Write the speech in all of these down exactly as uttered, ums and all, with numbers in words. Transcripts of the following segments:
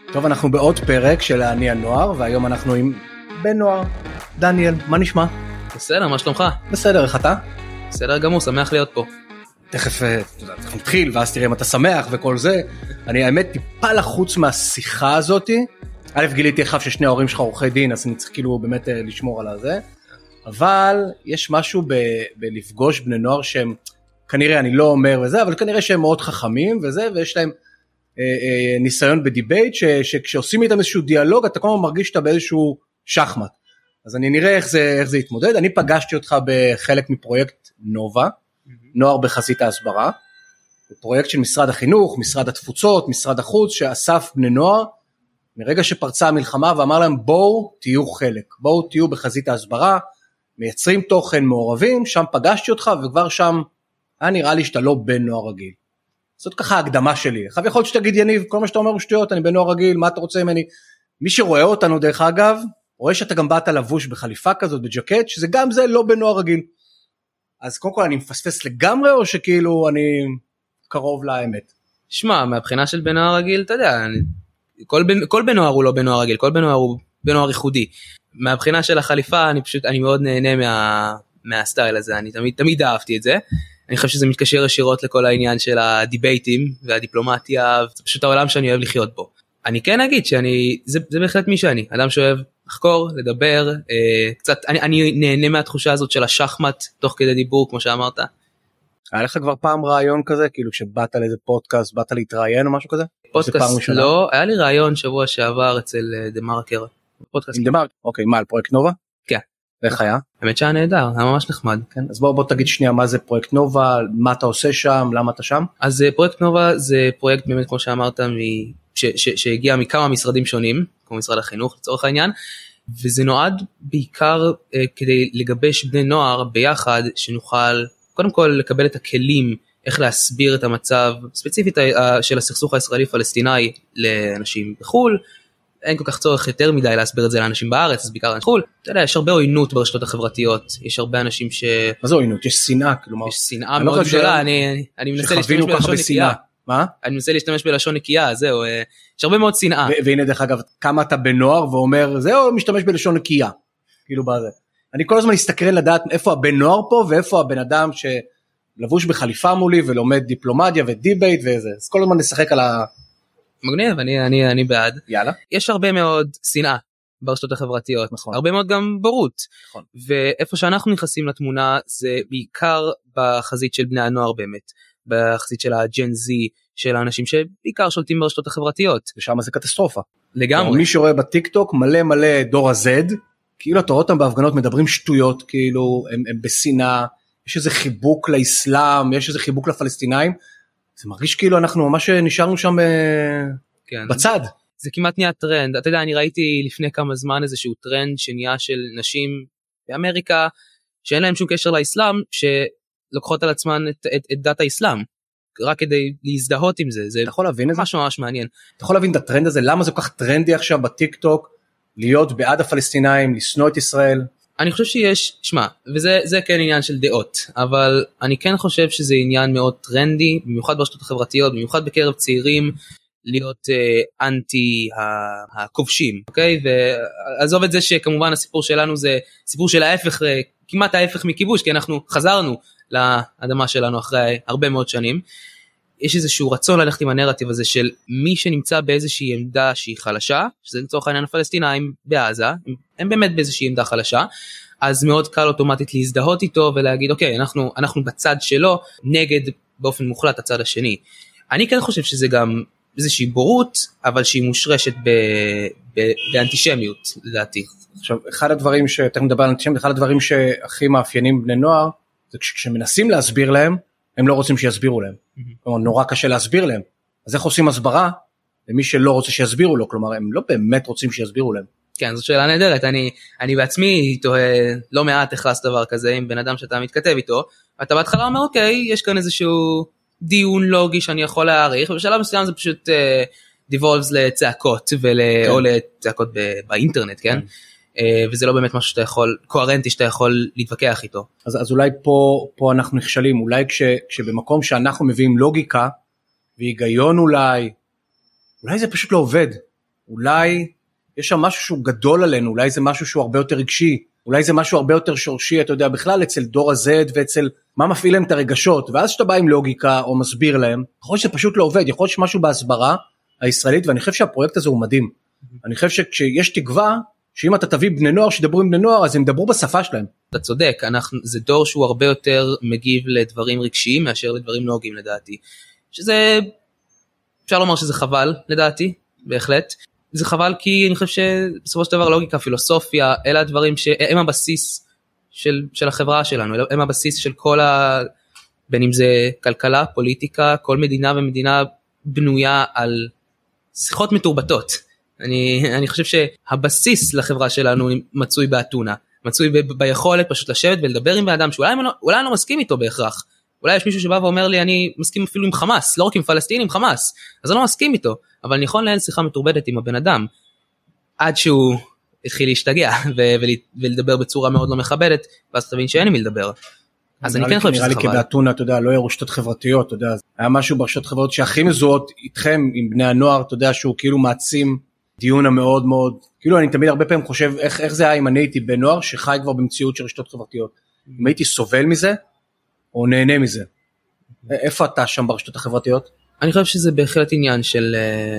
טוב, אנחנו בעוד פרק של אני הנוער, והיום אנחנו עם בן נוער, דניאל, מה נשמע? בסדר, מה שלומך? בסדר, איך אתה? בסדר גמור, שמח להיות פה. תכף, אתה יודע, תכף נתחיל, ואז תראה אם אתה שמח וכל זה. אני האמת טיפה לחוץ מהשיחה הזאת. א', גיליתי אחר ששני ההורים שלך עורכי דין, אז אני צריך כאילו באמת לשמור על זה. אבל יש משהו ב- בלפגוש בני נוער שהם, כנראה, אני לא אומר וזה, אבל כנראה שהם מאוד חכמים וזה, ויש להם אה, אה, ניסיון בדיבייט, ש- שכשעושים איתם איזשהו דיאלוג, אתה כל הזמן מרגיש שאתה באיזשהו שחמט. אז אני נראה איך זה, איך זה יתמודד. אני פגשתי אותך בחלק מפרויקט נובה, נוער בחזית ההסברה, פרויקט של משרד החינוך, משרד התפוצות, משרד החוץ, שאסף בני נוער, מרגע שפרצה המלחמה, ואמר להם בואו תהיו חלק, בואו תהיו בחזית ההסברה, מייצרים תוכן, מעורבים, שם פגשתי אותך, וכבר שם היה נראה לי שאתה לא בן נוער רגיל. זאת ככה ההקדמה שלי. עכשיו יכול להיות שתגיד יניב, כל מה שאתה אומר הוא שטויות, אני בן נוער רגיל, מה אתה רוצה ממני? מי שרואה אותנו דרך אגב, רואה שאתה גם באת לבוש בחליפה כזאת, בג'קט, שזה גם זה לא בן נוער רגיל. אז קודם כל אני מפספס לגמרי, או שכאילו אני קרוב לאמת? שמע, מהבחינה של בן נוער רגיל, אתה יודע, אני, כל, בן, כל בן נוער הוא לא בן נוער רגיל, כל בן נוער הוא בן נוער ייחודי. מהבחינה של החליפה, אני פשוט, אני מאוד נהנה מה, מהסטייל הזה, אני תמיד, תמיד אהבתי את זה. אני חושב שזה מתקשר ישירות לכל העניין של הדיבייטים והדיפלומטיה, זה פשוט העולם שאני אוהב לחיות בו. אני כן אגיד שאני, זה, זה בהחלט מי שאני, אדם שאוהב לחקור, לדבר, אה, קצת, אני, אני נהנה מהתחושה הזאת של השחמט, תוך כדי דיבור, כמו שאמרת. היה לך כבר פעם רעיון כזה, כאילו שבאת לאיזה פודקאסט, באת להתראיין או משהו כזה? פודקאסט לא, היה לי רעיון שבוע שעבר אצל דה מרקר. עם דה מרקר? אוקיי, מה, על פרויקט נובה? כן. ואיך היה? האמת שהיה נהדר, היה ממש נחמד. כן, אז בוא, בוא תגיד שנייה מה זה פרויקט נובה, מה אתה עושה שם, למה אתה שם? אז פרויקט נובה זה פרויקט באמת כמו שאמרת, מ... ש... ש... שהגיע מכמה משרדים שונים, כמו משרד החינוך לצורך העניין, וזה נועד בעיקר uh, כדי לגבש בני נוער ביחד, שנוכל קודם כל לקבל את הכלים, איך להסביר את המצב ספציפית uh, של הסכסוך הישראלי-פלסטיני לאנשים בחול, אין כל כך צורך יותר מדי להסביר את זה לאנשים בארץ, אז בעיקר בחול, אתה יודע, יש הרבה עוינות ברשתות החברתיות, יש הרבה אנשים ש... מה זה עוינות? יש שנאה, כלומר... יש שנאה מאוד גדולה, אני, אני מנסה להשתמש בלשון נקייה. מה? אני מנסה להשתמש בלשון נקייה, זהו, יש הרבה מאוד שנאה. והנה דרך אגב, כמה אתה בנוער ואומר, זהו, משתמש בלשון נקייה, כאילו בזה. אני כל הזמן אסתקרן לדעת איפה הבן נוער פה, ואיפה הבן אדם שלבוש בחליפה מולי, ולומד דיפלומטיה ודיבייט וזה, אז כל הזמן נשחק על ה... מגניב, אני, אני, אני בעד. יאללה. יש הרבה מאוד שנאה ברשתות החברתיות, נכון. הרבה מאוד גם בורות. נכון. ואיפה שאנחנו נכנסים לתמונה, זה בעיקר בחזית של בני הנוער באמת, בחזית של הג'ן זי, של האנשים שבעיקר שולטים ברשתות החברתיות. ושם זה קטסטרופה. לגמרי. מי שרואה בטיק טוק מלא מלא דור ה-Z, כאילו אתה רואה אותם בהפגנות מדברים שטויות, כאילו הם, הם בשנאה, יש איזה חיבוק לאסלאם, יש איזה חיבוק לפלסטינאים, זה מרגיש כאילו אנחנו ממש נשארנו שם כן. בצד. זה כמעט נהיה טרנד, אתה יודע, אני ראיתי לפני כמה זמן איזשהו טרנד שנהיה של נשים באמריקה, שאין להם שום קשר לאסלאם, שלוקחות על עצמן את, את, את דת האסלאם, רק כדי להזדהות עם זה, זה אתה יכול להבין את זה? ממש ממש מעניין. אתה יכול להבין את הטרנד הזה, למה זה כל כך טרנדי עכשיו בטיק טוק, להיות בעד הפלסטינאים, לשנוא את ישראל? אני חושב שיש, שמה, וזה זה כן עניין של דעות, אבל אני כן חושב שזה עניין מאוד טרנדי, במיוחד ברשתות החברתיות, במיוחד בקרב צעירים, להיות אה, אנטי הכובשים, אוקיי? ועזוב את זה שכמובן הסיפור שלנו זה סיפור של ההפך, אה, כמעט ההפך מכיבוש, כי אנחנו חזרנו לאדמה שלנו אחרי הרבה מאוד שנים. יש איזשהו רצון ללכת עם הנרטיב הזה של מי שנמצא באיזושהי עמדה שהיא חלשה, שזה לצורך העניין הפלסטינאים בעזה, הם, הם באמת באיזושהי עמדה חלשה, אז מאוד קל אוטומטית להזדהות איתו ולהגיד אוקיי, אנחנו, אנחנו בצד שלו נגד באופן מוחלט הצד השני. אני כן חושב שזה גם איזושהי בורות, אבל שהיא מושרשת ב, ב, באנטישמיות לדעתי. עכשיו, אחד הדברים שאתה מדבר על אנטישמיות, אחד הדברים שהכי מאפיינים בני נוער, זה כשמנסים להסביר להם, הם לא רוצים שיסבירו להם. כלומר, נורא קשה להסביר להם. אז איך עושים הסברה למי שלא רוצה שיסבירו לו? כלומר, הם לא באמת רוצים שיסבירו להם. כן, זו שאלה נהדרת. אני, אני בעצמי תוהה לא מעט איך לעשות דבר כזה עם בן אדם שאתה מתכתב איתו, ואתה בהתחלה אומר, אוקיי, יש כאן איזשהו דיון לוגי שאני יכול להעריך, ובשלב מסוים זה פשוט uh, devolves לצעקות, ול, כן. או לצעקות ב- באינטרנט, כן? כן. וזה לא באמת משהו שאתה יכול, קוהרנטי שאתה יכול להתווכח איתו. אז, אז אולי פה, פה אנחנו נכשלים, אולי כש, כשבמקום שאנחנו מביאים לוגיקה, והיגיון אולי, אולי זה פשוט לא עובד. אולי יש שם משהו שהוא גדול עלינו, אולי זה משהו שהוא הרבה יותר רגשי, אולי זה משהו הרבה יותר שורשי, אתה יודע, בכלל אצל דור ה-Z ואצל מה מפעיל להם את הרגשות, ואז שאתה בא עם לוגיקה או מסביר להם, יכול להיות שזה פשוט לא עובד, יכול להיות שמשהו בהסברה הישראלית, ואני חושב שהפרויקט הזה הוא מדהים. אני חושב שכשיש תקווה, שאם אתה תביא בני נוער שדברו עם בני נוער, אז הם דברו בשפה שלהם. אתה צודק, אנחנו, זה דור שהוא הרבה יותר מגיב לדברים רגשיים, מאשר לדברים לוגיים לדעתי. שזה, אפשר לומר שזה חבל לדעתי, בהחלט. זה חבל כי אני חושב שבסופו של דבר לוגיקה, פילוסופיה, אלה הדברים שהם הבסיס של, של החברה שלנו, הם הבסיס של כל ה... בין אם זה כלכלה, פוליטיקה, כל מדינה ומדינה בנויה על שיחות מתורבתות. אני, אני חושב שהבסיס לחברה שלנו מצוי באתונה, מצוי ב, ביכולת פשוט לשבת ולדבר עם באדם שאולי אולי אני לא מסכים איתו בהכרח. אולי יש מישהו שבא ואומר לי אני מסכים אפילו עם חמאס, לא רק עם פלסטינים, עם חמאס, אז אני לא מסכים איתו, אבל אני יכול לנהל שיחה מתורבתת עם הבן אדם, עד שהוא התחיל להשתגע ו- ולדבר בצורה מאוד לא מכבדת, ואז תבין שאין עם מי לדבר. אז אני כן חושב שזה חבל. נראה לי כבאתונה, אתה יודע, לא היו רשתות חברתיות, אתה יודע, היה משהו ברשתות חברתיות שהכי מזוהות איתכם, עם בני הנוער, אתה יודע, שהוא כאילו מעצים דיון המאוד מאוד, כאילו אני תמיד הרבה פעמים חושב, איך, איך זה היה אם אני הייתי בן נוער, שחי כבר במציאות של רשתות חברתיות, אם הייתי סובל מזה, או נהנה מזה. איפה אתה שם ברשתות החברתיות? אני חושב שזה בהחלט עניין של,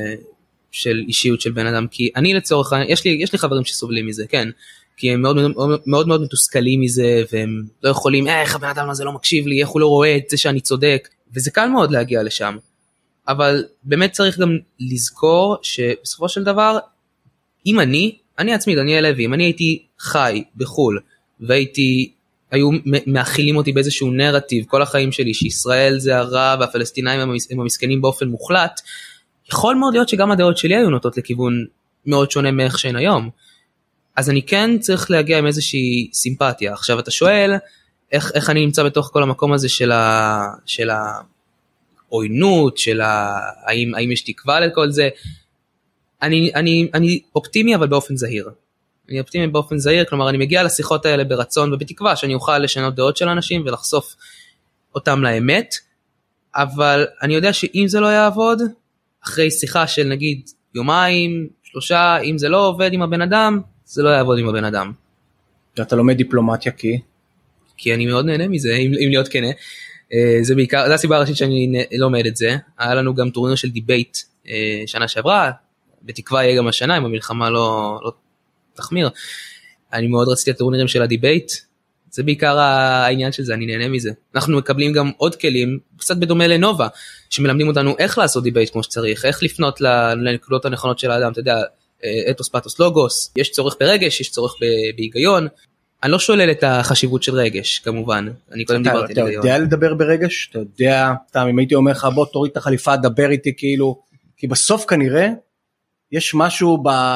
של אישיות של בן אדם, כי אני לצורך, יש לי, יש לי חברים שסובלים מזה, כן, כי הם מאוד מאוד, מאוד, מאוד מתוסכלים מזה, והם לא יכולים, איך הבן אדם הזה לא מקשיב לי, איך הוא לא רואה את זה שאני צודק, וזה קל מאוד להגיע לשם. אבל באמת צריך גם לזכור שבסופו של דבר, אם אני, אני עצמי, דניאל לוי, אם אני הייתי חי בחול, והייתי, היו מאכילים אותי באיזשהו נרטיב, כל החיים שלי, שישראל זה הרע, והפלסטינאים הם המסכנים באופן מוחלט, יכול מאוד להיות שגם הדעות שלי היו נוטות לכיוון מאוד שונה מאיך שהן היום. אז אני כן צריך להגיע עם איזושהי סימפתיה. עכשיו אתה שואל, איך, איך אני נמצא בתוך כל המקום הזה של ה... של ה עוינות, של ה... האם, האם יש תקווה לכל זה, אני, אני, אני אופטימי אבל באופן זהיר. אני אופטימי באופן זהיר, כלומר אני מגיע לשיחות האלה ברצון ובתקווה שאני אוכל לשנות דעות של אנשים ולחשוף אותם לאמת, אבל אני יודע שאם זה לא יעבוד, אחרי שיחה של נגיד יומיים, שלושה, אם זה לא עובד עם הבן אדם, זה לא יעבוד עם הבן אדם. אתה לומד דיפלומטיה כי? כי אני מאוד נהנה מזה, אם, אם להיות כנה. זה בעיקר, זה הסיבה הראשית שאני לומד את זה. היה לנו גם טורניר של דיבייט שנה שעברה, בתקווה יהיה גם השנה, אם המלחמה לא, לא תחמיר. אני מאוד רציתי את הטורנירים של הדיבייט, זה בעיקר העניין של זה, אני נהנה מזה. אנחנו מקבלים גם עוד כלים, קצת בדומה לנובה, שמלמדים אותנו איך לעשות דיבייט כמו שצריך, איך לפנות לנקודות הנכונות של האדם, אתה יודע, אתוס, פאתוס, לוגוס, יש צורך ברגש, יש צורך בהיגיון, אני לא שולל את החשיבות של רגש, כמובן, אני קודם דיברתי על היגיון. אתה יודע לדבר ברגש? אתה יודע, סתם, אם הייתי אומר לך, בוא תוריד את החליפה, דבר איתי כאילו, כי בסוף כנראה, יש משהו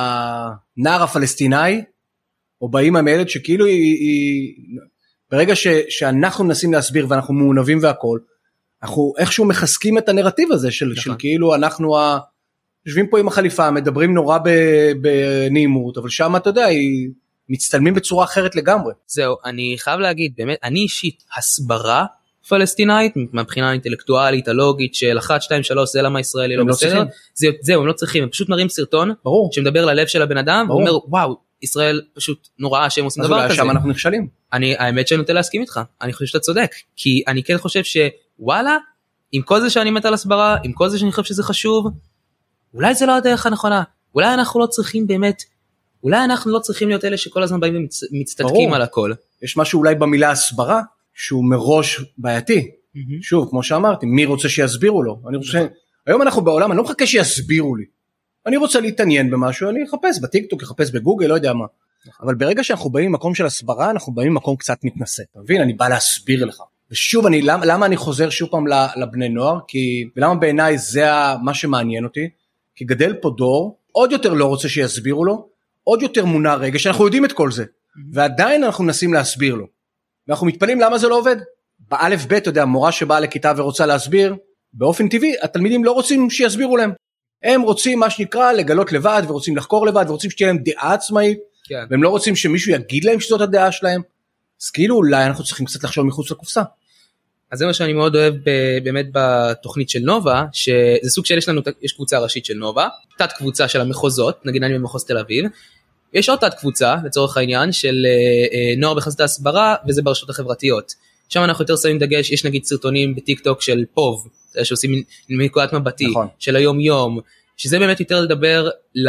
בנער הפלסטיני, או באמא מילד, שכאילו היא, היא ברגע ש, שאנחנו מנסים להסביר, ואנחנו מעונבים והכל, אנחנו איכשהו מחזקים את הנרטיב הזה, של, של כאילו אנחנו ה... יושבים פה עם החליפה, מדברים נורא בנעימות, אבל שם אתה יודע, היא מצטלמים בצורה אחרת לגמרי. זהו, אני חייב להגיד, באמת, אני אישית הסברה פלסטינאית, מבחינה אינטלקטואלית, הלוגית, של אחת, שתיים, שלוש, זה למה ישראלי לא בסדר, זה, זהו, הם לא צריכים, הם פשוט מראים סרטון, ברור. שמדבר ללב של הבן אדם, ואומר, וואו, ישראל פשוט נוראה שהם עושים דבר כזה. שם אנחנו נכשלים. אני, האמת שאני נוטה להסכים איתך, אני חושב שאתה צודק, כי אני כן חושב שוואלה, עם כל זה שאני מת על הסברה, עם כל זה שאני חושב שזה חשוב, אולי זה לא הדרך הנכונה, אולי אנחנו לא צריכים באמת, אולי אנחנו לא צריכים להיות אלה שכל הזמן באים ומצטדקים על הכל. יש משהו אולי במילה הסברה, שהוא מראש בעייתי. שוב, כמו שאמרתי, מי רוצה שיסבירו לו? אני רוצה, היום אנחנו בעולם, אני לא מחכה שיסבירו לי. אני רוצה להתעניין במשהו, אני אחפש בטיקטוק, אחפש בגוגל, לא יודע מה. אבל ברגע שאנחנו באים ממקום של הסברה, אנחנו באים ממקום קצת מתנשא. אתה מבין? אני בא להסביר לך. ושוב, אני, למה, למה אני חוזר שוב פעם לבני נוער? כי, ולמה בעיניי זה מה שמעניין אותי? כי גדל פה דור, עוד יותר לא רוצה שיסבירו לו, עוד יותר מונע רגע, שאנחנו יודעים את כל זה. ועדיין אנחנו מנסים להסביר לו. ואנחנו מתפלאים למה זה לא עובד. באלף בית, אתה יודע, מורה שבאה לכיתה ורוצה להסביר, באופן טבעי, התלמידים לא רוצים שיסבירו להם. הם רוצים מה שנקרא לגלות לבד, ורוצים לחקור לבד, ורוצים שתהיה להם דעה עצמאית, כן. והם לא רוצים שמישהו יגיד להם שזאת הדעה שלהם. אז כאילו אולי אנחנו צריכים קצת לחשוב מחוץ לקופסה. אז זה מה שאני מאוד אוהב באמת בתוכנית של נובה, שזה סוג של, יש לנו, יש קבוצה ראשית של נובה, תת קבוצה של המחוזות, נגיד אני במחוז תל אביב, יש עוד תת קבוצה לצורך העניין של נוער בחסות ההסברה, וזה ברשתות החברתיות. שם אנחנו יותר שמים דגש, יש נגיד סרטונים בטיק טוק של פוב, שעושים מנקודת מבטי, נכון. של היום יום, שזה באמת יותר לדבר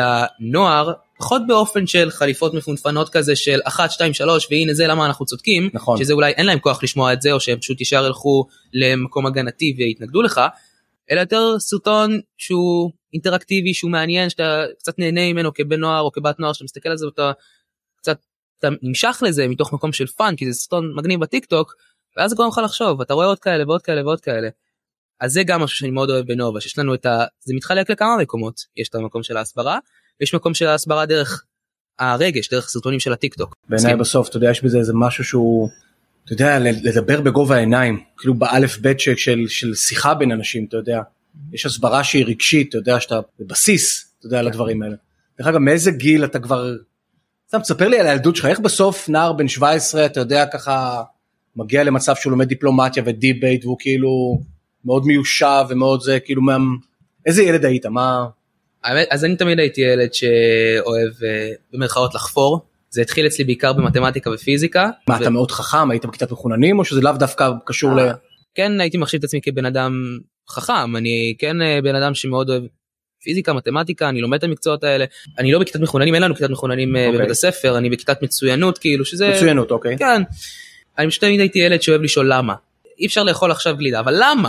לנוער, פחות באופן של חליפות מפונפנות כזה של אחת, שתיים, שלוש, והנה זה למה אנחנו צודקים, נכון. שזה אולי אין להם כוח לשמוע את זה, או שהם פשוט ישר ילכו למקום הגנתי ויתנגדו לך, אלא יותר סרטון שהוא אינטראקטיבי, שהוא מעניין, שאתה קצת נהנה ממנו כבן נוער או כבת נוער, שאתה מסתכל על זה ואתה קצת אתה נמשך לזה מתוך מקום של פאן, כי זה סרטון מגניב בטיק טוק, ואז זה גורם לך לחשוב, אתה רואה עוד כאלה ועוד כאלה ועוד כאלה. אז זה גם משהו שאני מאוד אוהב בנובה, שיש לנו את ה... זה מתחלק לכמה מקומות, יש את המקום של ההסברה, ויש מקום של ההסברה דרך הרגש, דרך סרטונים של הטיק טוק. בעיניי בסוף, אתה יודע, יש בזה איזה משהו שהוא, אתה יודע, לדבר בגובה העיניים, כאילו באלף בית של, של שיחה בין אנשים, אתה יודע, יש הסברה שהיא רגשית, אתה יודע, שאתה בבסיס, אתה יודע, על הדברים האלה. דרך אגב, מאיזה גיל אתה כבר, אתה מספר לי על הילדות שלך, איך בסוף נער בן שבע עשרה, אתה יודע, ככה, מגיע למצב שהוא לומד דיפלומטיה ודיבייט, והוא כאילו מאוד מיושב ומאוד זה, כאילו, מה... איזה ילד היית? מה... אז אני תמיד הייתי ילד שאוהב במרכאות לחפור, זה התחיל אצלי בעיקר במתמטיקה ופיזיקה. מה, אתה מאוד חכם? היית בכיתת מחוננים, או שזה לאו דווקא קשור ל... כן, הייתי מחשיב את עצמי כבן אדם חכם, אני כן בן אדם שמאוד אוהב פיזיקה, מתמטיקה, אני לומד את המקצועות האלה, אני לא בכיתת מחוננים, אין לנו כיתת מחוננים בבית הספר, אני בכיתת מצוינות, כאילו שזה... מצוינות, אוקיי. כן, אני פשוט תמיד הייתי ילד שאוהב לשאול למה. אי אפשר לאכול עכשיו גלידה, אבל למה?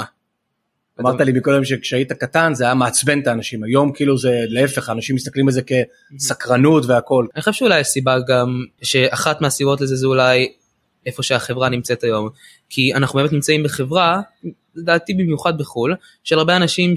אמרת לי מקודם שכשהיית קטן זה היה מעצבן את האנשים, היום כאילו זה להפך, אנשים מסתכלים על זה כסקרנות והכל. אני חושב שאולי הסיבה גם, שאחת מהסיבות לזה זה אולי איפה שהחברה נמצאת היום, כי אנחנו באמת נמצאים בחברה, לדעתי במיוחד בחול, של הרבה אנשים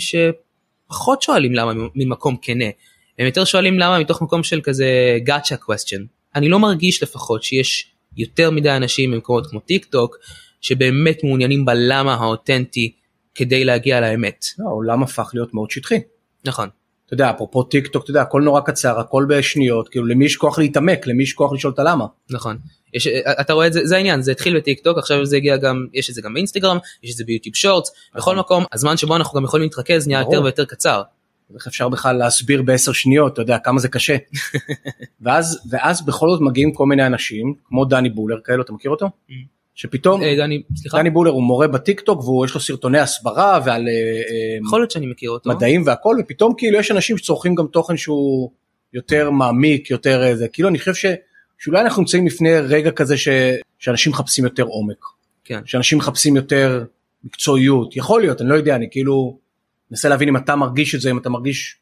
שפחות שואלים למה ממקום כנה, הם יותר שואלים למה מתוך מקום של כזה gotcha question. אני לא מרגיש לפחות שיש יותר מדי אנשים במקומות כמו טיק טוק, שבאמת מעוניינים בלמה האותנטי, כדי להגיע לאמת. העולם הפך להיות מאוד שטחי. נכון. אתה יודע, אפרופו טיק טוק, אתה יודע, הכל נורא קצר, הכל בשניות, כאילו למי יש כוח להתעמק, למי יש כוח לשאול את הלמה. נכון. יש, אתה רואה את זה, זה העניין, זה התחיל בטיק טוק, עכשיו זה הגיע גם, יש את זה גם באינסטגרם, יש את זה ביוטיוב שורטס, בכל מקום, הזמן שבו אנחנו גם יכולים להתרכז נהיה יותר ויותר קצר. איך אפשר בכלל להסביר בעשר שניות, אתה יודע, כמה זה קשה. ואז, ואז בכל זאת מגיעים כל מיני אנשים, כמו דני בולר, כאלו, אתה מכיר אותו? שפתאום, דני, סליחה? דני בולר הוא מורה בטיק טוק, ויש לו סרטוני הסברה, ועל יכול להיות שאני מכיר אותו. מדעים והכל, ופתאום כאילו יש אנשים שצורכים גם תוכן שהוא יותר מעמיק, יותר איזה, כאילו אני חושב ש, שאולי אנחנו נמצאים לפני רגע כזה, ש, שאנשים מחפשים יותר עומק. כן. שאנשים מחפשים יותר מקצועיות, יכול להיות, אני לא יודע, אני כאילו, נסה להבין אם אתה מרגיש את זה, אם אתה מרגיש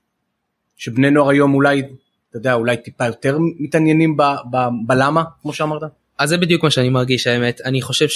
שבני נוער היום אולי, אתה יודע, אולי טיפה יותר מתעניינים ב, ב, בלמה, כמו שאמרת? אז זה בדיוק מה שאני מרגיש, האמת. אני חושב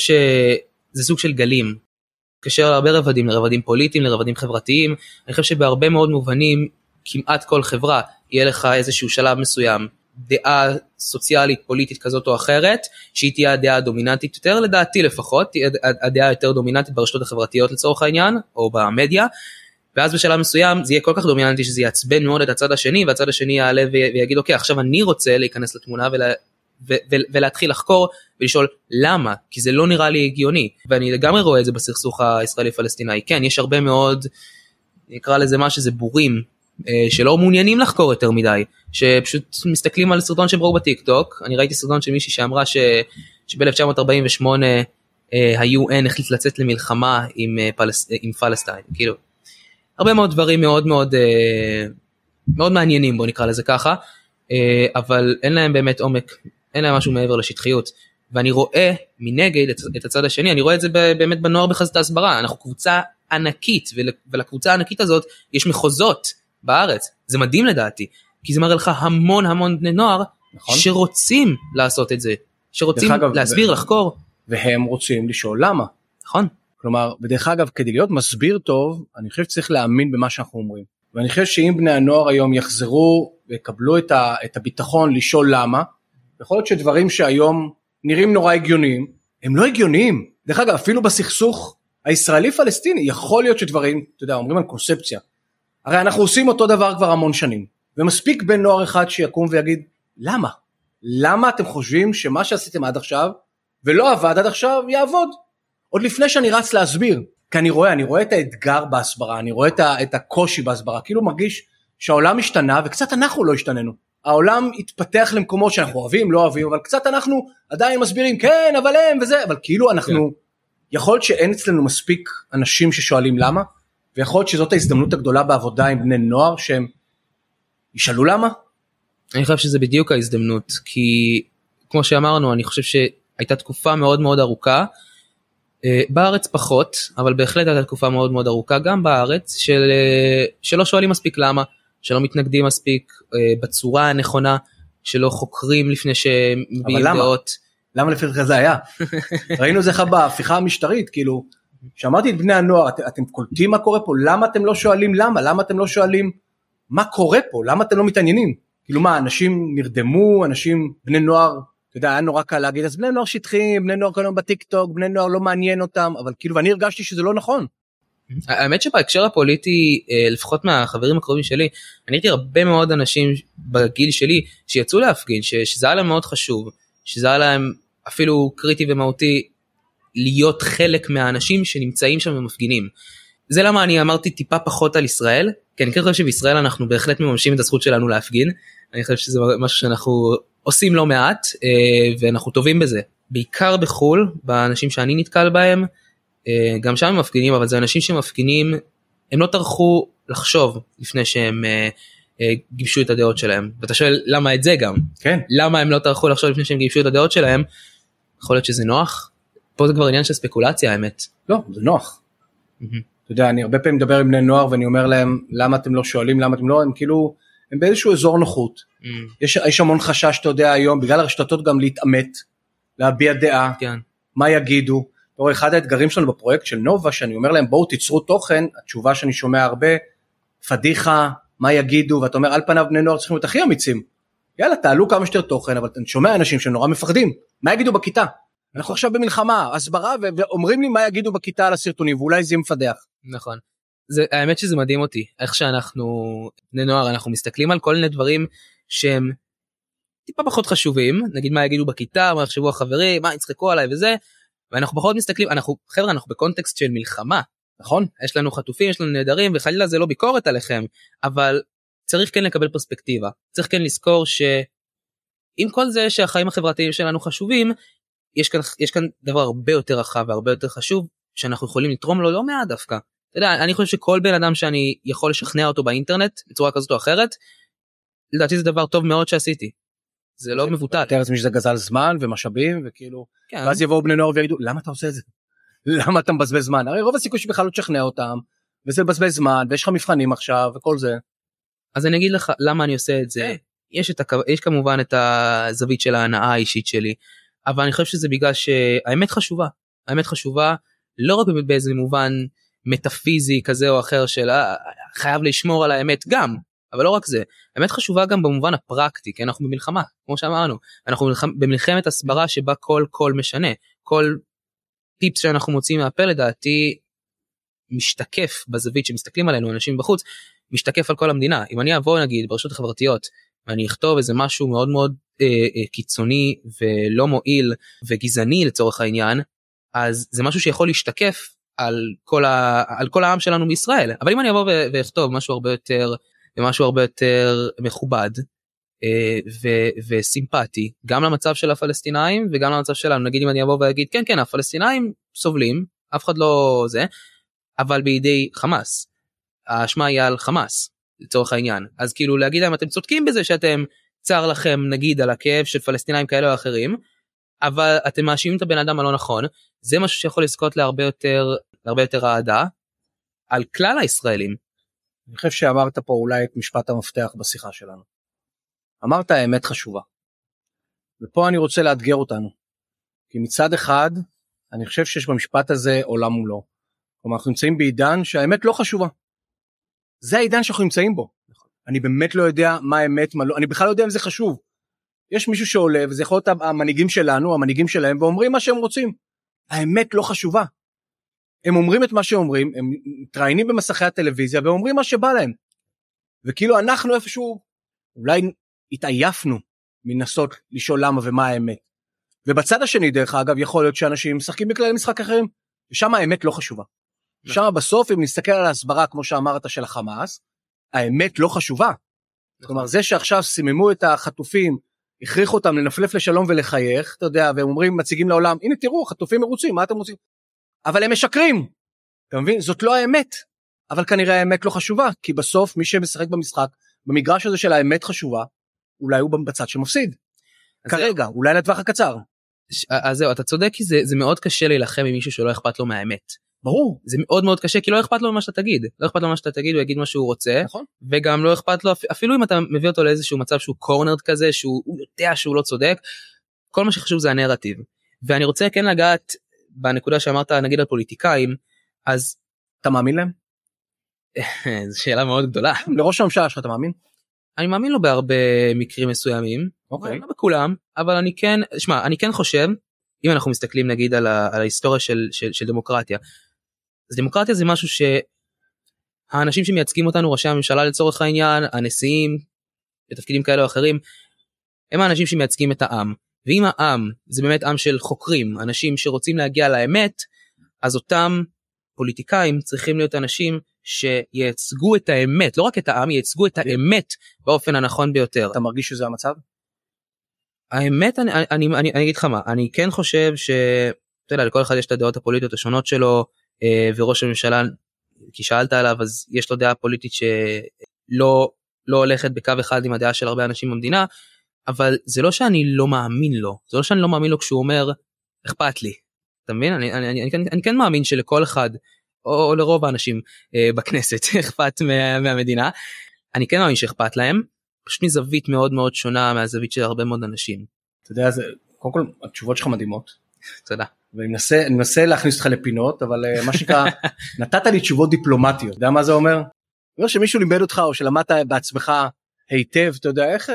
שזה סוג של גלים. קשר להרבה רבדים, לרבדים פוליטיים, לרבדים חברתיים. אני חושב שבהרבה מאוד מובנים, כמעט כל חברה, יהיה לך איזשהו שלב מסוים, דעה סוציאלית, פוליטית כזאת או אחרת, שהיא תהיה הדעה הדומיננטית יותר, לדעתי לפחות, תהיה הדעה יותר דומיננטית ברשתות החברתיות לצורך העניין, או במדיה, ואז בשלב מסוים זה יהיה כל כך דומיננטי שזה יעצבן מאוד את הצד השני, והצד השני יעלה ויגיד, אוקיי, עכשיו אני רוצה להיכנס לתמונה ולה... ו- ו- ולהתחיל לחקור ולשאול למה, כי זה לא נראה לי הגיוני, ואני לגמרי רואה את זה בסכסוך הישראלי-פלסטיני, כן, יש הרבה מאוד, נקרא לזה מה שזה בורים, אה, שלא מעוניינים לחקור יותר מדי, שפשוט מסתכלים על סרטון שהם ראו בטיק טוק, אני ראיתי סרטון של מישהי שאמרה ש- שב-אלף תשע מאות ארבעים ושמונה אה, ה-יו אן החליט לצאת למלחמה עם, אה, פלס- עם פלסטין, כאילו, הרבה מאוד דברים מאוד מאוד, אה, מאוד מעניינים, בוא נקרא לזה ככה, אה, אבל אין להם באמת עומק, אין להם משהו מעבר לשטחיות, ואני רואה מנגד את, את הצד השני, אני רואה את זה באמת בנוער בחזית ההסברה, אנחנו קבוצה ענקית, ול, ולקבוצה הענקית הזאת יש מחוזות בארץ, זה מדהים לדעתי, כי זה מראה לך המון המון בני נוער, נכון? שרוצים לעשות את זה, שרוצים אגב, להסביר, ו... לחקור. והם רוצים לשאול למה. נכון. כלומר, בדרך אגב, כדי להיות מסביר טוב, אני חושב שצריך להאמין במה שאנחנו אומרים, ואני חושב שאם בני הנוער היום יחזרו, ויקבלו את, ה, את הביטחון לשאול למה, יכול להיות שדברים שהיום נראים נורא הגיוניים, הם לא הגיוניים. דרך אגב, אפילו בסכסוך הישראלי-פלסטיני, יכול להיות שדברים, אתה יודע, אומרים על קונספציה. הרי אנחנו עושים אותו דבר כבר המון שנים, ומספיק בן נוער אחד שיקום ויגיד, למה? למה אתם חושבים שמה שעשיתם עד עכשיו, ולא עבד עד עכשיו, יעבוד? עוד לפני שאני רץ להסביר, כי אני רואה, אני רואה את האתגר בהסברה, אני רואה את, ה, את הקושי בהסברה, כאילו מרגיש שהעולם השתנה, וקצת אנחנו לא השתננו. העולם התפתח למקומות שאנחנו אוהבים, לא אוהבים, אבל קצת אנחנו עדיין מסבירים, כן, אבל הם וזה, אבל כאילו אנחנו, כן. יכול להיות שאין אצלנו מספיק אנשים ששואלים למה, ויכול להיות שזאת ההזדמנות הגדולה בעבודה עם בני נוער, שהם ישאלו למה? אני חושב שזה בדיוק ההזדמנות, כי כמו שאמרנו, אני חושב שהייתה תקופה מאוד מאוד ארוכה, בארץ פחות, אבל בהחלט הייתה תקופה מאוד מאוד ארוכה, גם בארץ, של, שלא שואלים מספיק למה, שלא מתנגדים מספיק בצורה הנכונה, שלא חוקרים לפני שמביאים דעות. למה לפי זה היה? ראינו את זה בהפיכה המשטרית, כאילו, שאמרתי את בני הנוער, את, אתם קולטים מה קורה פה, למה אתם לא שואלים למה? למה אתם לא שואלים מה קורה פה? למה אתם לא מתעניינים? כאילו מה, אנשים נרדמו, אנשים, בני נוער, אתה יודע, היה נורא קל להגיד, אז בני נוער שטחים, בני נוער קודם בטיק טוק, בני נוער לא מעניין אותם, אבל כאילו, ואני הרגשתי שזה לא נכון. האמת שבהקשר הפוליטי, לפחות מהחברים הקרובים שלי, אני ראיתי הרבה מאוד אנשים בגיל שלי, שיצאו להפגין, שזה היה להם מאוד חשוב, שזה היה להם אפילו קריטי ומהותי, להיות חלק מהאנשים שנמצאים שם ומפגינים. זה למה אני אמרתי טיפה פחות על ישראל, כי אני חושב שבישראל אנחנו בהחלט מממשים את הזכות שלנו להפגין, אני חושב שזה משהו שאנחנו עושים לא מעט, ואנחנו טובים בזה. בעיקר בחול, באנשים שאני נתקל בהם, גם שם הם מפגינים, אבל זה אנשים שמפגינים, הם לא טרחו לחשוב לפני שהם גיבשו את הדעות שלהם. ואתה שואל למה את זה גם? כן. למה הם לא טרחו לחשוב לפני שהם גיבשו את הדעות שלהם? יכול להיות שזה נוח? פה זה כבר עניין של ספקולציה, האמת. לא, זה נוח. אתה יודע, אני הרבה פעמים מדבר עם בני נוער, ואני אומר להם, למה אתם לא שואלים, למה אתם לא, הם כאילו, הם באיזשהו אזור נוחות. יש, יש המון חשש, אתה יודע, היום, בגלל הרשתות גם להתאמת, להביע דעה, כן. מה יגידו. אחד האתגרים שלנו בפרויקט של נובה, שאני אומר להם, בואו תיצרו תוכן, התשובה שאני שומע הרבה, פדיחה, מה יגידו, ואתה אומר, על פניו בני נוער צריכים להיות הכי אמיצים. יאללה, תעלו כמה שיותר תוכן, אבל אני שומע אנשים שנורא מפחדים. מה יגידו בכיתה? אנחנו עכשיו במלחמה, הסברה, ואומרים לי מה יגידו בכיתה על הסרטונים, ואולי זה מפדח. נכון. זה, האמת שזה מדהים אותי, איך שאנחנו, בני נוער, אנחנו מסתכלים על כל מיני דברים שהם טיפה פחות חשובים, נגיד מה יגידו בכיתה, מה יחשבו החברים, מה יצחקו עליי וזה, ואנחנו פחות מסתכלים, אנחנו, חבר'ה, אנחנו בקונטקסט של מלחמה, נכון? יש לנו חטופים, יש לנו נהדרים, וחלילה זה לא ביקורת עליכם, אבל צריך כן לקבל פרספקטיבה, צריך כן לזכור שעם כל זה שהחיים החברתיים שלנו חשובים, יש כאן, יש כאן דבר הרבה יותר רחב והרבה יותר חשוב, שאנחנו יכולים לתרום לו לא מעט דווקא. אתה יודע, אני חושב שכל בן אדם שאני יכול לשכנע אותו באינטרנט, בצורה כזאת או אחרת, לדעתי זה דבר טוב מאוד שעשיתי. זה לא מבוטל. תאר לעצמי שזה גזל זמן ומשאבים, וכאילו, ואז יבואו בני נוער ויגידו, למה אתה עושה את זה? למה אתה מבזבז זמן? הרי רוב הסיכוי שבכלל לא תשכנע אותם, וזה מבזבז זמן, ויש לך מבחנים עכשיו, וכל זה. אז אני אגיד לך למה אני עושה את זה. יש, את, יש כמובן את הזווית של ההנאה האישית שלי, אבל אני חושב שזה בגלל שהאמת חשובה. האמת חשובה, לא רק באיזה מובן מטאפיזי כזה או אחר של חייב לשמור על האמת גם, אבל לא רק זה. האמת חשובה גם במובן הפרקטי, כי אנחנו במלחמה, כמו שאמרנו. אנחנו במלחמת הסברה שבה כל קול משנה. כל טיפס שאנחנו מוצאים מהפה לדעתי משתקף בזווית שמסתכלים עלינו אנשים בחוץ, משתקף על כל המדינה. אם אני אבוא נגיד ברשתות החברתיות ואני אכתוב איזה משהו מאוד מאוד אה, אה, קיצוני ולא מועיל וגזעני לצורך העניין, אז זה משהו שיכול להשתקף על כל, ה, על כל העם שלנו בישראל. אבל אם אני אבוא ו- ואכתוב משהו הרבה יותר, משהו הרבה יותר מכובד אה, ו- וסימפטי, גם למצב של הפלסטינאים וגם למצב שלנו, נגיד אם אני אבוא ואגיד כן כן הפלסטינאים סובלים, אף אחד לא זה, אבל בידי חמאס, האשמה היא על חמאס לצורך העניין, אז כאילו להגיד להם אתם צודקים בזה שאתם צר לכם נגיד על הכאב של פלסטינאים כאלה או אחרים, אבל אתם מאשימים את הבן אדם הלא נכון, זה משהו שיכול לזכות להרבה יותר, להרבה יותר אהדה על כלל הישראלים. אני חושב שאמרת פה אולי את משפט המפתח בשיחה שלנו. אמרת האמת חשובה. ופה אני רוצה לאתגר אותנו. כי מצד אחד, אני חושב שיש במשפט הזה עולם מולו. כלומר, אנחנו נמצאים בעידן שהאמת לא חשובה. זה העידן שאנחנו נמצאים בו. אני באמת לא יודע מה האמת, מה לא, אני בכלל לא יודע אם זה חשוב. יש מישהו שעולה, וזה יכול להיות המנהיגים שלנו, המנהיגים שלהם, ואומרים מה שהם רוצים. האמת לא חשובה. הם אומרים את מה שאומרים, הם מתראיינים במסכי הטלוויזיה, ואומרים מה שבא להם. וכאילו אנחנו איפשהו, אולי התעייפנו מנסות לשאול למה ומה האמת. ובצד השני, דרך אגב, יכול להיות שאנשים משחקים בכללי משחק אחרים. ושם האמת לא חשובה. שם בסוף, אם נסתכל על ההסברה, כמו שאמרת, של החמאס, האמת לא חשובה. כלומר, זה שעכשיו סיממו את החטופים, הכריחו אותם לנפלף לשלום ולחייך, אתה יודע, והם אומרים, מציגים לעולם, הנה תראו, חטופים מרוצים, מה אתם רוצים? אבל הם משקרים. אתה מבין? זאת לא האמת. אבל כנראה האמת לא חשובה, כי בסוף מי שמשחק במשחק, במגרש הזה של האמת חשובה, אולי הוא בצד שמפסיד. כרגע, אולי לטווח הקצר. אז זהו, אתה צודק, כי זה, זה מאוד קשה להילחם עם מישהו שלא אכפת לו מהאמת. ברור. זה מאוד מאוד קשה, כי לא אכפת לו ממה שאתה תגיד. לא אכפת לו ממה שאתה תגיד, הוא יגיד מה שהוא רוצה. נכון. וגם לא אכפת לו, אפילו אם אתה מביא אותו לאיזשהו מצב שהוא קורנרד כזה, שהוא יודע שהוא לא צודק, כל מה שחשוב זה הנרטיב. ואני רוצה כן לגעת בנקודה שאמרת, נגיד על פוליטיקאים, אז... אתה מאמין להם? זו שאלה מאוד גדולה. לראש הממשלה שלך אתה מאמין? אני מאמין לו בהרבה מקרים מסוימים, אוקיי. לא בכולם, אבל אני כן, שמע, אני כן חושב, אם אנחנו מסתכלים נגיד על, ה, על ההיסטוריה של, של, של דמוקרטיה, אז דמוקרטיה זה משהו שהאנשים שמייצגים אותנו, ראשי הממשלה לצורך העניין, הנשיאים, בתפקידים כאלה או אחרים, הם האנשים שמייצגים את העם, ואם העם זה באמת עם של חוקרים, אנשים שרוצים להגיע לאמת, אז אותם פוליטיקאים צריכים להיות אנשים שייצגו את האמת, לא רק את העם, ייצגו את האמת באופן הנכון ביותר. אתה מרגיש שזה המצב? האמת, אני, אני, אני, אני אגיד לך מה, אני כן חושב ש, אתה יודע, לכל אחד יש את הדעות הפוליטיות השונות שלו, וראש הממשלה, כי שאלת עליו, אז יש לו דעה פוליטית שלא לא הולכת בקו אחד עם הדעה של הרבה אנשים במדינה, אבל זה לא שאני לא מאמין לו, זה לא שאני לא מאמין לו כשהוא אומר, אכפת לי. אתה מבין? אני, אני, אני, אני, אני כן מאמין שלכל אחד, או, או לרוב האנשים אה, בכנסת, אכפת מה, מהמדינה. אני כן מאמין שאכפת להם, פשוט מזווית מאוד מאוד שונה מהזווית של הרבה מאוד אנשים. אתה יודע, זה, קודם כל, התשובות שלך מדהימות. תודה. ואני מנסה, אני מנסה להכניס אותך לפינות, אבל uh, מה שנקרא, נתת לי תשובות דיפלומטיות. אתה יודע מה זה אומר? זה אומר שמישהו לימד אותך, או שלמדת בעצמך היטב, אתה יודע, איך uh,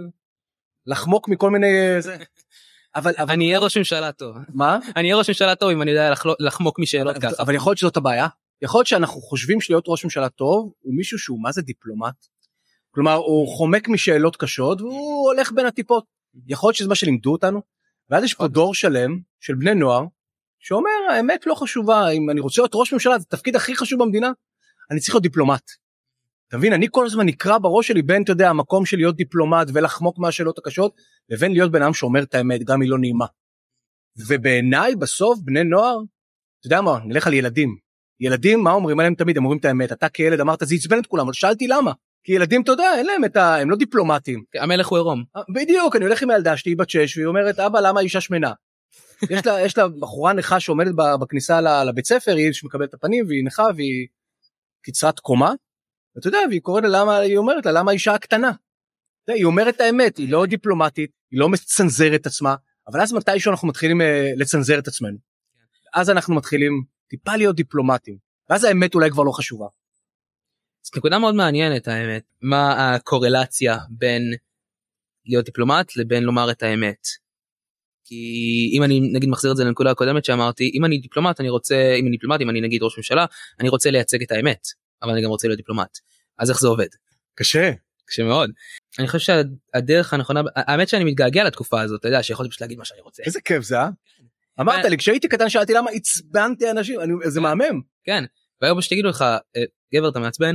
לחמוק מכל מיני... Uh, זה. אבל, אבל... אני אהיה ראש ממשלה טוב. מה? אני אהיה ראש ממשלה טוב אם אני יודע לחמוק משאלות אבל, ככה. אבל יכול להיות שזאת הבעיה. יכול להיות שאנחנו חושבים שלהיות ראש ממשלה טוב, הוא מישהו שהוא מה זה דיפלומט. כלומר, הוא חומק משאלות קשות, והוא הולך בין הטיפות. יכול להיות שזה מה שלימדו אותנו. ואז יש פה דור שלם של בני נוער, שאומר, האמת לא חשובה, אם אני רוצה להיות ראש ממשלה, זה התפקיד הכי חשוב במדינה, אני צריך להיות דיפלומט. אתה מבין, אני כל הזמן נקרא בראש שלי בין, אתה יודע, המקום של להיות דיפלומט ולחמוק מהשאלות הקשות, לבין להיות בן אדם שאומר את האמת, גם היא לא נעימה. ובעיניי, בסוף, בני נוער, אתה יודע מה, נלך על ילדים. ילדים, מה אומרים עליהם תמיד? הם אומרים את האמת. אתה כילד אמרת, זה יצבן את כולם, אבל שאלתי למה? כי ילדים, אתה יודע, אין להם את ה... הם לא דיפלומטים. המלך הוא עירום. בדיוק, אני הולך עם הילדה שלי, בת שש, והיא אומרת, אבא, למה האישה שמנה? יש לה, יש לה בחורה נכה שעומדת בכניסה לבית ספר, היא שמקבלת את הפנים, והיא נכה, והיא קצרת קומה. ואתה יודע, והיא קוראת לה, למה, היא אומרת לה, למה האישה הקטנה? היא אומרת את האמת, היא לא דיפלומטית, היא לא מצנזרת את עצמה, אבל אז מתישהו אנחנו מתחילים לצנזר את עצמנו. אז אנחנו מתחילים טיפה להיות דיפלומטים, ואז האמת אולי כבר לא חשובה. זאת נקודה מאוד מעניינת האמת, מה הקורלציה בין להיות דיפלומט לבין לומר את האמת. כי אם אני נגיד מחזיר את זה לנקודה הקודמת שאמרתי, אם אני דיפלומט אני רוצה, אם אני דיפלומט, אם אני נגיד ראש ממשלה, אני רוצה לייצג את האמת, אבל אני גם רוצה להיות דיפלומט. אז איך זה עובד? קשה. קשה מאוד. אני חושב שהדרך הנכונה, האמת שאני מתגעגע לתקופה הזאת, אתה יודע, שיכולתי פשוט להגיד מה שאני רוצה. איזה כיף זה, אה? אמרת לי, כשהייתי קטן שאלתי למה עצבנתי אנשים, זה מהמם. כן, והיום שתגידו לך, גבר אתה מעצבן,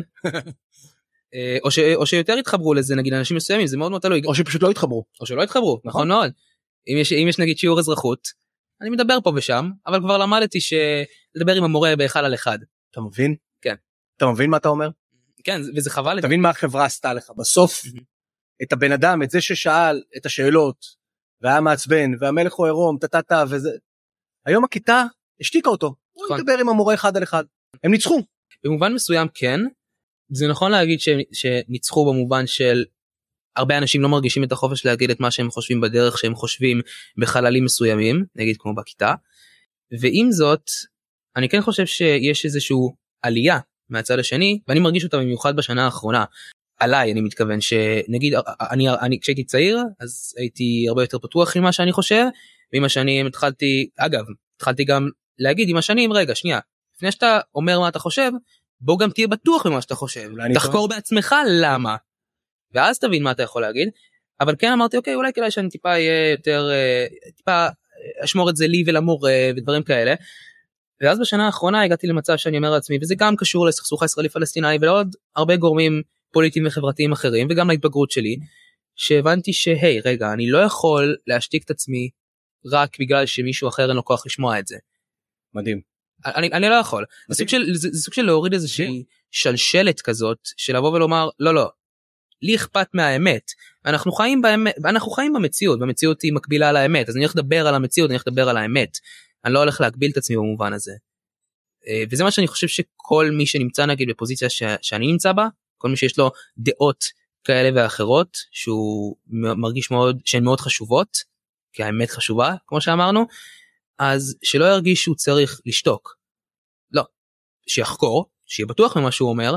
או, ש, או שיותר יתחברו לזה נגיד אנשים מסוימים, זה מאוד מאוד תלוי. או שפשוט לא יתחברו. או שלא יתחברו, נכון מאוד. אם יש, אם יש נגיד שיעור אזרחות, אני מדבר פה ושם, אבל כבר למדתי שלדבר עם המורה באחד על אחד. אתה מבין? כן. אתה מבין מה אתה אומר? כן, וזה חבל. אתה מבין מה החברה עשתה לך. בסוף, את הבן אדם, את זה ששאל את השאלות, והיה מעצבן, והמלך הוא עירום, טטטה, וזה... היום הכיתה השתיקה אותו. הוא מדבר עם המורה אחד על אחד. הם ניצחו. במובן מסוים כן, זה נכון להגיד ש... שניצחו במובן של הרבה אנשים לא מרגישים את החופש להגיד את מה שהם חושבים בדרך שהם חושבים בחללים מסוימים, נגיד כמו בכיתה, ועם זאת, אני כן חושב שיש איזשהו עלייה מהצד השני, ואני מרגיש אותה במיוחד בשנה האחרונה, עליי אני מתכוון שנגיד, אני, אני כשהייתי צעיר, אז הייתי הרבה יותר פתוח ממה שאני חושב, ועם השנים התחלתי, אגב, התחלתי גם להגיד עם השנים, רגע, שנייה, לפני שאתה אומר מה אתה חושב, בוא גם תהיה בטוח ממה שאתה חושב, תחקור בעצמך למה, ואז תבין מה אתה יכול להגיד, אבל כן אמרתי, אוקיי, אולי כדאי שאני טיפה יהיה יותר, טיפה אשמור את זה לי ולמורה ודברים כאלה, ואז בשנה האחרונה הגעתי למצב שאני אומר לעצמי, וזה גם קשור לסכסוך הישראלי-פלסטיני ולעוד הרבה גורמים פוליטיים וחברתיים אחרים, וגם להתבגרות שלי, שהבנתי שהי, רגע, אני לא יכול להשתיק את עצמי רק בגלל שמישהו אחר אין לו כוח לשמוע את זה. מדהים. אני, אני לא יכול. זה סוג של, זה, זה סוג של להוריד איזושהי שלשלת כזאת, של לבוא ולומר, לא, לא, לי אכפת מהאמת. אנחנו חיים באמת, אנחנו חיים במציאות, במציאות היא מקבילה על האמת, אז אני הולך לדבר על המציאות, אני הולך לדבר על האמת. אני לא הולך להגביל את עצמי במובן הזה. וזה מה שאני חושב שכל מי שנמצא נגיד בפוזיציה ש, שאני נמצא בה, כל מי שיש לו דעות כאלה ואחרות, שהוא מרגיש מאוד, שהן מאוד חשובות, כי האמת חשובה, כמו שאמרנו, אז שלא ירגיש שהוא צריך לשתוק. לא, שיחקור, שיהיה בטוח ממה שהוא אומר,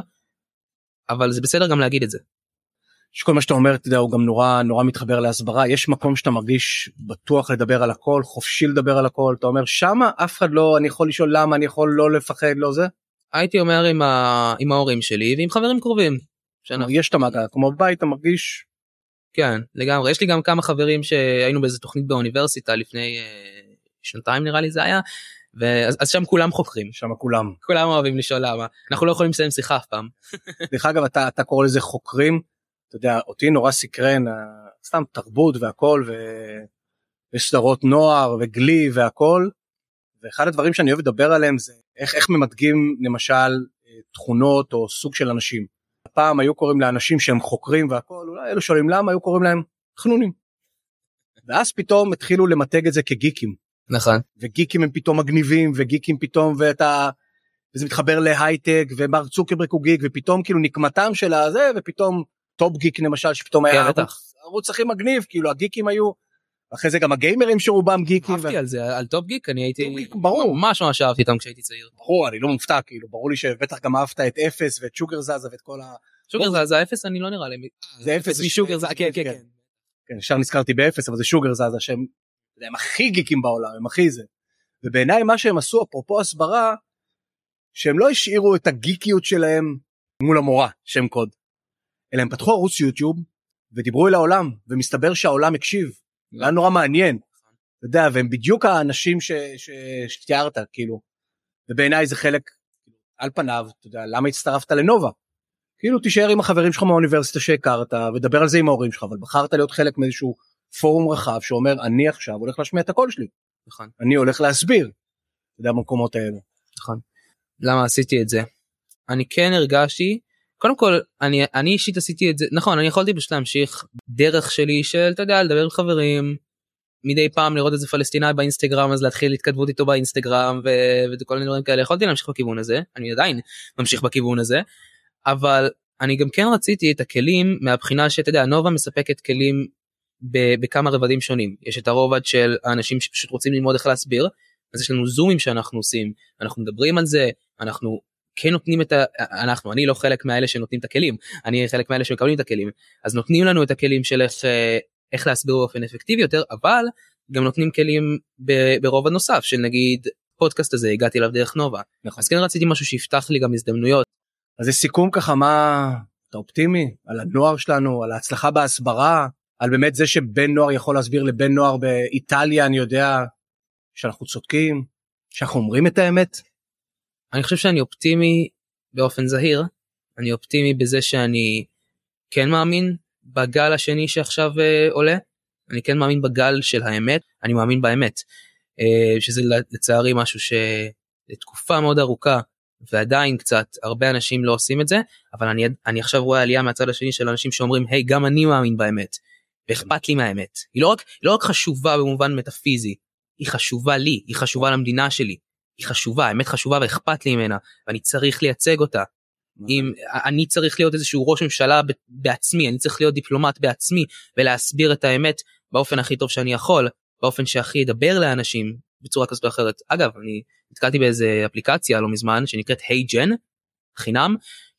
אבל זה בסדר גם להגיד את זה. שכל מה שאתה אומר, אתה יודע, הוא גם נורא, נורא מתחבר להסברה. יש מקום שאתה מרגיש בטוח לדבר על הכל, חופשי לדבר על הכל. אתה אומר, שמה אף אחד לא, אני יכול לשאול למה, אני יכול לא לפחד, לא זה? הייתי אומר עם, ה... עם ההורים שלי ועם חברים קרובים. שאנחנו... יש את המגע, כמו בבית, אתה מרגיש... כן, לגמרי. יש לי גם כמה חברים שהיינו באיזו תוכנית באוניברסיטה לפני uh, שנתיים נראה לי זה היה, ואז אז שם כולם חוקרים. שם כולם. כולם אוהבים לשאול למה. אנחנו לא יכולים לסיים שיחה אף פעם. דרך אגב, אתה, אתה קורא לזה חוקרים, אתה יודע, אותי נורא סקרן, סתם תרבות והכל, ו... וסדרות נוער וגלי והכל, ואחד הדברים שאני אוהב לדבר עליהם זה איך, איך ממדגים למשל תכונות או סוג של אנשים. הפעם היו קוראים לאנשים שהם חוקרים והכל, אולי אלו שואלים למה, היו קוראים להם חנונים. ואז פתאום התחילו למתג את זה כגיקים. נכון. וגיקים הם פתאום מגניבים, וגיקים פתאום, ואתה, וזה מתחבר להייטק, ומרק צוקרברג הוא גיק, ופתאום כאילו נקמתם של הזה, ופתאום טופ גיק למשל, שפתאום היה ערוץ, ערוץ הכי מגניב, כאילו הגיקים היו, אחרי זה גם הגיימרים שרובם גיקים. אהבתי ו... על זה, על טופ גיק, אני הייתי, גיק, ברור. ממש ממש אהבתי איתם כשהייתי צעיר. ברור, אני לא מופתע, כאילו, ברור לי שבטח גם אהבת את אפס, ואת שוגר זזה, ואת כל ה... שוגר זזה, אפס אני לא נראה לי. זה אפס משוגר זזה, כן, כן, כן. כן, אפשר נזכרתי באפס, אבל זה שוגר זזה, שהם הם הכי גיקים בעולם, הם הכי זה. ובעיניי מה שהם עשו, אפרופו הסברה, שהם לא השאירו את הגיקיות שלהם מול המורה, שם קוד. אלא הם פתחו ערוץ יוטיוב, ודיברו אל העולם, ומסתבר שהעולם הקשיב. זה היה נורא מעניין. אתה יודע, והם בדיוק האנשים ש, ש, שתיארת, כאילו. ובעיניי זה חלק, על פניו, אתה יודע, למה הצטרפת לנובה? כאילו תישאר עם החברים שלך מהאוניברסיטה שהכרת, ודבר על זה עם ההורים שלך, אבל בחרת להיות חלק מאיזשהו פורום רחב, שאומר, אני עכשיו הולך להשמיע את הקול שלי. נכון. אני הולך להסביר. אתה יודע, במקומות האלה. נכון. למה עשיתי את זה? אני כן הרגשתי, קודם כל, אני, אני אישית עשיתי את זה, נכון, אני יכולתי פשוט להמשיך דרך שלי של, אתה יודע, לדבר עם חברים, מדי פעם לראות איזה פלסטינאי באינסטגרם, אז להתחיל להתכתבות איתו באינסטגרם, ו- וכל מיני דברים כאלה, יכולתי להמשיך בכיוון הזה, אני עדיין ממשיך בכיוון הזה, אבל אני גם כן רציתי את הכלים, מהבחינה שאתה יודע, נובה מספקת כלים ב- בכמה רבדים שונים, יש את הרובד של האנשים שפשוט רוצים ללמוד איך להסביר, אז יש לנו זומים שאנחנו עושים, אנחנו מדברים על זה, אנחנו כן נותנים את ה... אנחנו, אני לא חלק מהאלה שנותנים את הכלים, אני חלק מהאלה שמקבלים את הכלים, אז נותנים לנו את הכלים של איך, איך להסביר באופן אפקטיבי יותר, אבל גם נותנים כלים ב- ברובד נוסף, של נגיד פודקאסט הזה, הגעתי אליו דרך נובה, נכון. אז כן רציתי משהו שיפתח לי גם הזדמנויות. אז זה סיכום ככה, מה אתה אופטימי? על הנוער שלנו, על ההצלחה בהסברה, על באמת זה שבן נוער יכול להסביר לבן נוער באיטליה, אני יודע שאנחנו צודקים, שאנחנו אומרים את האמת? אני חושב שאני אופטימי באופן זהיר, אני אופטימי בזה שאני כן מאמין בגל השני שעכשיו uh, עולה, אני כן מאמין בגל של האמת, אני מאמין באמת, uh, שזה לצערי משהו שלתקופה מאוד ארוכה, ועדיין קצת הרבה אנשים לא עושים את זה, אבל אני, אני עכשיו רואה עלייה מהצד השני של אנשים שאומרים, היי, גם אני מאמין באמת, ואכפת לי מהאמת. היא לא רק, היא לא רק חשובה במובן מטאפיזי, היא חשובה לי, היא חשובה למדינה שלי, היא חשובה, האמת חשובה ואכפת לי ממנה, ואני צריך לייצג אותה. אם אני צריך להיות איזשהו ראש ממשלה בעצמי, אני צריך להיות דיפלומט בעצמי, ולהסביר את האמת באופן הכי טוב שאני יכול, באופן שהכי ידבר לאנשים, בצורה כזאת או אחרת. אגב, אני נתקלתי באיזה אפליקציה לא מזמן, שנקראת Hey Gen, חינם,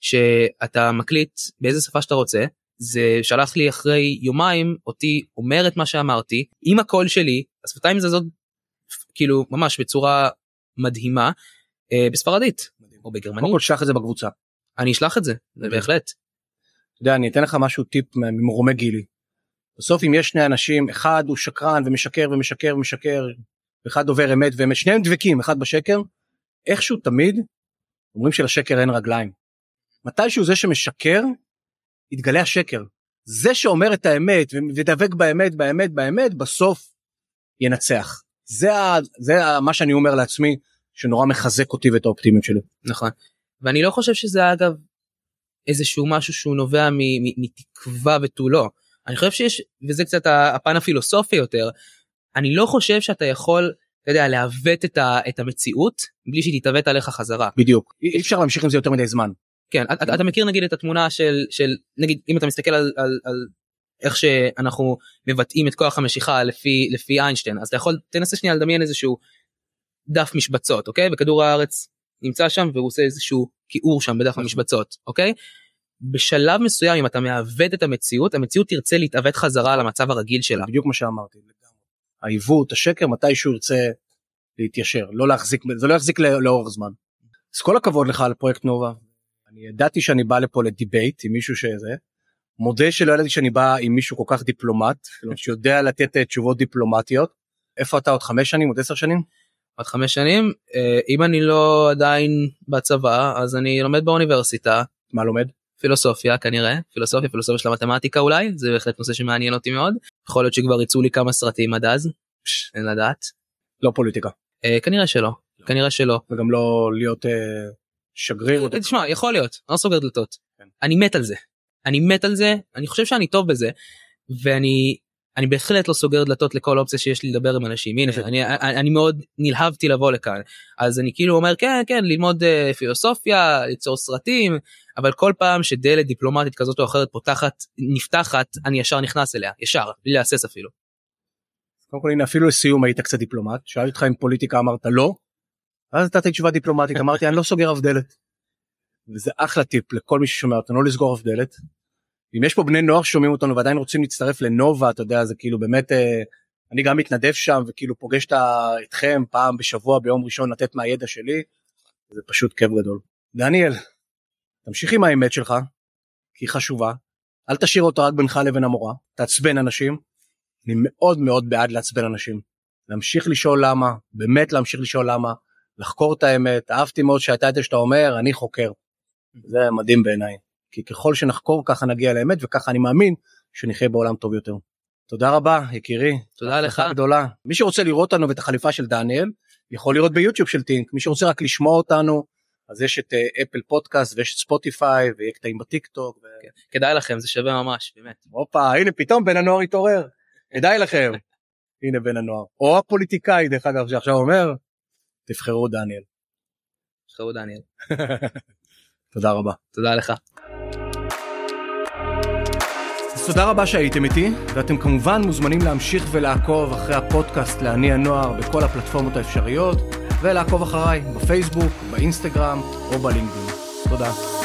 שאתה מקליט באיזה שפה שאתה רוצה, זה שלח לי אחרי יומיים, אותי אומר את מה שאמרתי, עם הקול שלי, השפתיים זזות, כאילו ממש בצורה מדהימה, אה, בספרדית, מדהים. או בגרמנית. קודם כל שלח את זה בקבוצה. אני אשלח את זה, זה בהחלט. אתה יודע, אני אתן לך משהו טיפ ממרומי גילי. בסוף אם יש שני אנשים, אחד הוא שקרן ומשקר ומשקר ומשקר, אחד דובר אמת ואמת, שניהם דבקים, אחד בשקר, איכשהו תמיד אומרים שלשקר אין רגליים. מתישהו זה שמשקר, יתגלה השקר. זה שאומר את האמת, ודבק באמת, באמת, באמת, בסוף ינצח. זה, זה מה שאני אומר לעצמי, שנורא מחזק אותי ואת האופטימיות שלי. נכון. ואני לא חושב שזה אגב, איזשהו משהו שהוא נובע מתקווה ותו לא. אני חושב שיש, וזה קצת הפן הפילוסופי יותר, אני לא חושב שאתה יכול, אתה יודע, להוות את, ה, את המציאות, בלי שהיא תתוות עליך חזרה. בדיוק. אי אפשר להמשיך עם זה יותר מדי זמן. כן, אתה, אתה מכיר נגיד את התמונה של, של, נגיד, אם אתה מסתכל על, על, על איך שאנחנו מבטאים את כוח המשיכה לפי, לפי איינשטיין, אז אתה יכול, תנסה שנייה לדמיין איזשהו דף משבצות, אוקיי? וכדור הארץ נמצא שם והוא עושה איזשהו כיעור שם בדף המשבצות, אוקיי? בשלב מסוים, אם אתה מעוות את המציאות, המציאות תרצה להתעוות חזרה על המצב הרגיל שלה. בדיוק מה שאמרתי. העיוות, השקר, מתי שהוא ירצה להתיישר, לא להחזיק, זה לא יחזיק לאורך זמן. אז כל הכבוד לך על פרויקט נובה. אני ידעתי שאני בא לפה לדיבייט עם מישהו שזה, מודה שלא ידעתי שאני בא עם מישהו כל כך דיפלומט, שיודע לתת תשובות דיפלומטיות. איפה אתה עוד חמש שנים, עוד עשר שנים? עוד חמש שנים, אם אני לא עדיין בצבא, אז אני לומד באוניברסיטה. מה לומד? פילוסופיה כנראה, פילוסופיה, פילוסופיה של המתמטיקה אולי, זה בהחלט נושא שמעניין אותי מאוד. יכול להיות שכבר יצאו לי כמה סרטים עד אז, אין לדעת. לא פוליטיקה. כנראה שלא, כנראה שלא. וגם לא להיות שגריר. תשמע, יכול להיות, אני לא סוגר דלתות. אני מת על זה, אני מת על זה, אני חושב שאני טוב בזה, ואני אני בהחלט לא סוגר דלתות לכל אופציה שיש לי לדבר עם אנשים. הנה, אני, אני מאוד נלהבתי לבוא לכאן. אז אני כאילו אומר, כן, כן, ללמוד uh, פילוסופיה, ליצור סרטים, אבל כל פעם שדלת דיפלומטית כזאת או אחרת פותחת, נפתחת, אני ישר נכנס אליה, ישר, בלי להסס אפילו. קודם כל, הנה, אפילו לסיום היית קצת דיפלומט, שאלתי אותך עם פוליטיקה, אמרת לא, אז נתתי תשובה דיפלומטית, אמרתי, אני לא סוגר אף דלת. וזה אחלה טיפ לכל מי ששומע אותנו, לא לסגור אף דלת. אם יש פה בני נוער שומעים אותנו ועדיין רוצים להצטרף לנובה, אתה יודע, זה כאילו באמת, אני גם מתנדב שם וכאילו פוגש אתכם פעם בשבוע ביום ראשון לתת מהידע שלי, זה פשוט כיף גדול. דניאל, תמשיך עם האמת שלך, כי היא חשובה, אל תשאיר אותה רק בינך לבין המורה, תעצבן אנשים, אני מאוד מאוד בעד לעצבן אנשים, להמשיך לשאול למה, באמת להמשיך לשאול למה, לחקור את האמת, אהבתי מאוד שהייתה את זה שאתה אומר, אני חוקר, זה מדהים בעיניי. כי ככל שנחקור ככה נגיע לאמת, וככה אני מאמין שנחיה בעולם טוב יותר. תודה רבה, יקירי. תודה לך. גדולה. מי שרוצה לראות אותנו ואת החליפה של דניאל, יכול לראות ביוטיוב של טינק. מי שרוצה רק לשמוע אותנו, אז יש את אפל פודקאסט ויש את ספוטיפיי, ויהיה קטעים בטיקטוק. ו... כדאי לכם, זה שווה ממש, באמת. הופה, הנה פתאום בן הנוער התעורר. כדאי לכם. הנה בן הנוער. או הפוליטיקאי, דרך אגב, שעכשיו אומר, תבחרו דניאל. תבחרו דניאל. תודה רבה. תודה לך. תודה רבה שהייתם איתי, ואתם כמובן מוזמנים להמשיך ולעקוב אחרי הפודקאסט לעני הנוער בכל הפלטפורמות האפשריות, ולעקוב אחריי בפייסבוק, באינסטגרם או בלינקדאין. תודה.